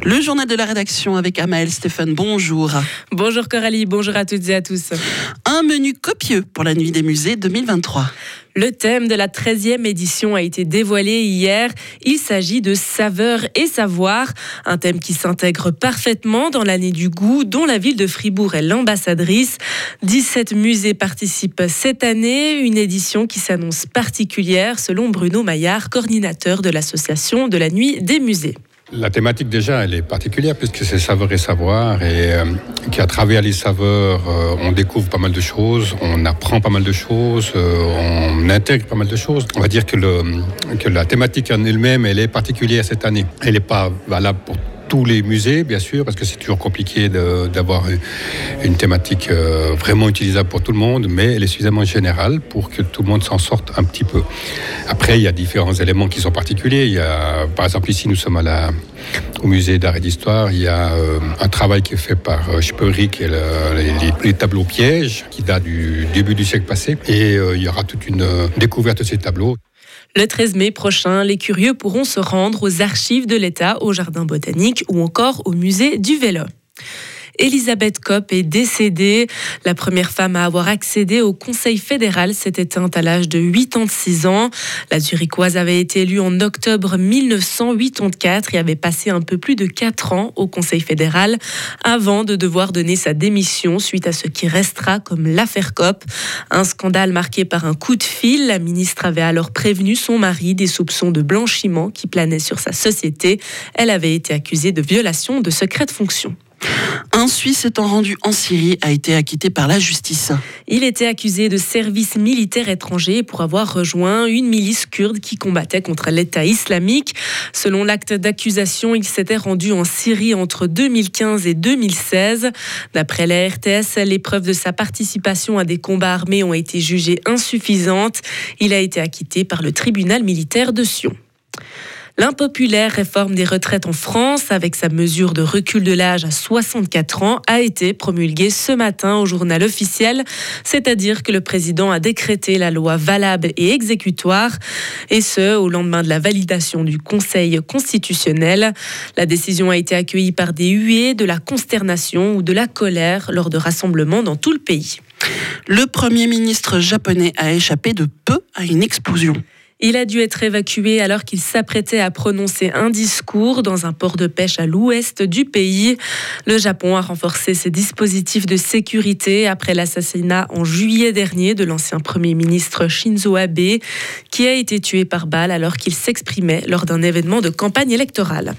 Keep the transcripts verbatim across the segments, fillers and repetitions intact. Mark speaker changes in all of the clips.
Speaker 1: Le journal de la rédaction avec Amaël Stéphane, bonjour.
Speaker 2: Bonjour Coralie, bonjour à toutes et à tous.
Speaker 1: Un menu copieux pour la Nuit des musées deux mille vingt-trois.
Speaker 2: Le thème de la treizième édition a été dévoilé hier. Il s'agit de saveurs et savoir, un thème qui s'intègre parfaitement dans l'année du goût, dont la ville de Fribourg est l'ambassadrice. dix-sept musées participent cette année, une édition qui s'annonce particulière selon Bruno Maillard, coordinateur de l'association de la Nuit des musées.
Speaker 3: La thématique déjà, elle est particulière puisque c'est saveur et savoir et euh, qu'à travers les saveurs, euh, on découvre pas mal de choses, on apprend pas mal de choses, euh, on intègre pas mal de choses. On va dire que, le, que la thématique en elle-même, elle est particulière cette année. Elle n'est pas valable pour tous les musées, bien sûr, parce que c'est toujours compliqué de, d'avoir une thématique euh, vraiment utilisable pour tout le monde, mais elle est suffisamment générale pour que tout le monde s'en sorte un petit peu. Après, il y a différents éléments qui sont particuliers. Il y a, par exemple, ici, nous sommes à la, au musée d'art et d'histoire. Il y a euh, un travail qui est fait par euh, Speury, qui est le, les, les tableaux pièges, qui datent du début du siècle passé. Et euh, il y aura toute une euh, découverte de ces tableaux.
Speaker 2: Le treize mai prochain, les curieux pourront se rendre aux archives de l'État, au Jardin botanique ou encore au musée du vélo. Elisabeth Kopp est décédée. La première femme à avoir accédé au Conseil fédéral s'est éteinte à l'âge de quatre-vingt-six ans. La Zurichoise avait été élue en octobre mille neuf cent quatre-vingt-quatorze et avait passé un peu plus de quatre ans au Conseil fédéral avant de devoir donner sa démission suite à ce qui restera comme l'affaire Kopp. Un scandale marqué par un coup de fil. La ministre avait alors prévenu son mari des soupçons de blanchiment qui planaient sur sa société. Elle avait été accusée de violation de secret de fonction.
Speaker 1: Un Suisse étant rendu en Syrie a été acquitté par la justice.
Speaker 2: Il était accusé de service militaire étranger pour avoir rejoint une milice kurde qui combattait contre l'État islamique. Selon l'acte d'accusation, il s'était rendu en Syrie entre deux mille quinze et deux mille seize. D'après la R T S, les preuves de sa participation à des combats armés ont été jugées insuffisantes. Il a été acquitté par le tribunal militaire de Sion. L'impopulaire réforme des retraites en France, avec sa mesure de recul de l'âge à soixante-quatre ans, a été promulguée ce matin au journal officiel, c'est-à-dire que le président a décrété la loi valable et exécutoire, et ce, au lendemain de la validation du Conseil constitutionnel. La décision a été accueillie par des huées, de la consternation ou de la colère lors de rassemblements dans tout le pays.
Speaker 1: Le Premier ministre japonais a échappé de peu à une explosion.
Speaker 2: Il a dû être évacué alors qu'il s'apprêtait à prononcer un discours dans un port de pêche à l'ouest du pays. Le Japon a renforcé ses dispositifs de sécurité après l'assassinat en juillet dernier de l'ancien Premier ministre Shinzo Abe, qui a été tué par balle alors qu'il s'exprimait lors d'un événement de campagne électorale.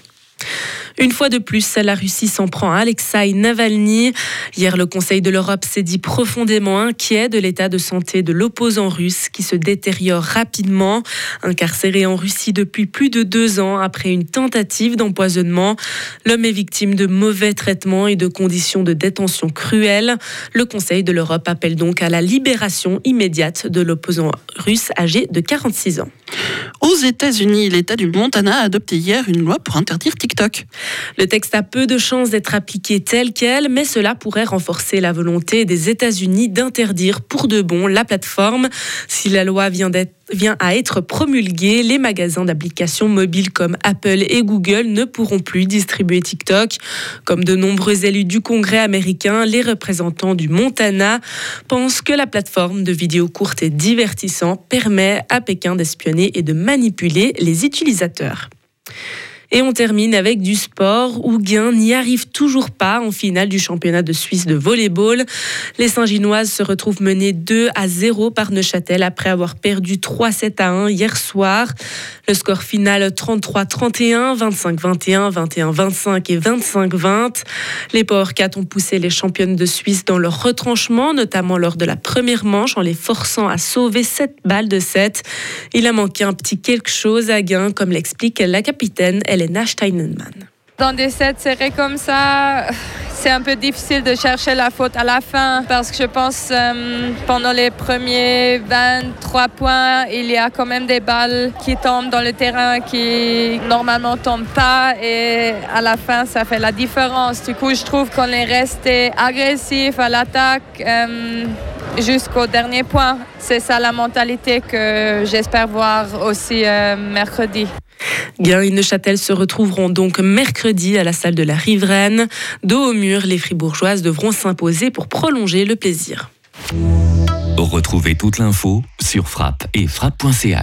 Speaker 2: Une fois de plus, la Russie s'en prend à Alexeï Navalny. Hier, le Conseil de l'Europe s'est dit profondément inquiet de l'état de santé de l'opposant russe qui se détériore rapidement. Incarcéré en Russie depuis plus de deux ans après une tentative d'empoisonnement, l'homme est victime de mauvais traitements et de conditions de détention cruelles. Le Conseil de l'Europe appelle donc à la libération immédiate de l'opposant russe âgé de quarante-six ans.
Speaker 1: Aux États-Unis, l'État du Montana a adopté hier une loi pour interdire TikTok.
Speaker 2: Le texte a peu de chances d'être appliqué tel quel, mais cela pourrait renforcer la volonté des États-Unis d'interdire pour de bon la plateforme. Si la loi vient d'être vient à être promulguée, les magasins d'applications mobiles comme Apple et Google ne pourront plus distribuer TikTok. Comme de nombreux élus du Congrès américain, les représentants du Montana pensent que la plateforme de vidéos courtes et divertissantes permet à Pékin d'espionner et de manipuler les utilisateurs. Et on termine avec du sport. Ouguin n'y arrive toujours pas en finale du championnat de Suisse de volley-ball. Les Saint-Ginoises se retrouvent menées deux à zéro par Neuchâtel après avoir perdu trois sept à un hier soir. Le score final trente-trois trente et un, vingt-cinq vingt et un, vingt et un vingt-cinq et vingt-cinq vingt. Les Powercats ont poussé les championnes de Suisse dans leur retranchement, notamment lors de la première manche en les forçant à sauver sept balles de sept. Il a manqué un petit quelque chose à Gain, comme l'explique la capitaine Elena Steinmann.
Speaker 4: Dans des sets serrés comme ça, c'est un peu difficile de chercher la faute à la fin parce que je pense euh, pendant les premiers vingt-trois points, il y a quand même des balles qui tombent dans le terrain qui normalement tombent pas et à la fin ça fait la différence. Du coup, je trouve qu'on est resté agressif à l'attaque euh, jusqu'au dernier point. C'est ça la mentalité que j'espère voir aussi euh, mercredi.
Speaker 2: Gien et Neuchâtel se retrouveront donc mercredi à la salle de la Riveraine. Dos au mur, les Fribourgeoises devront s'imposer pour prolonger le plaisir.
Speaker 5: Retrouvez toute l'info sur frappe et frappe point c h.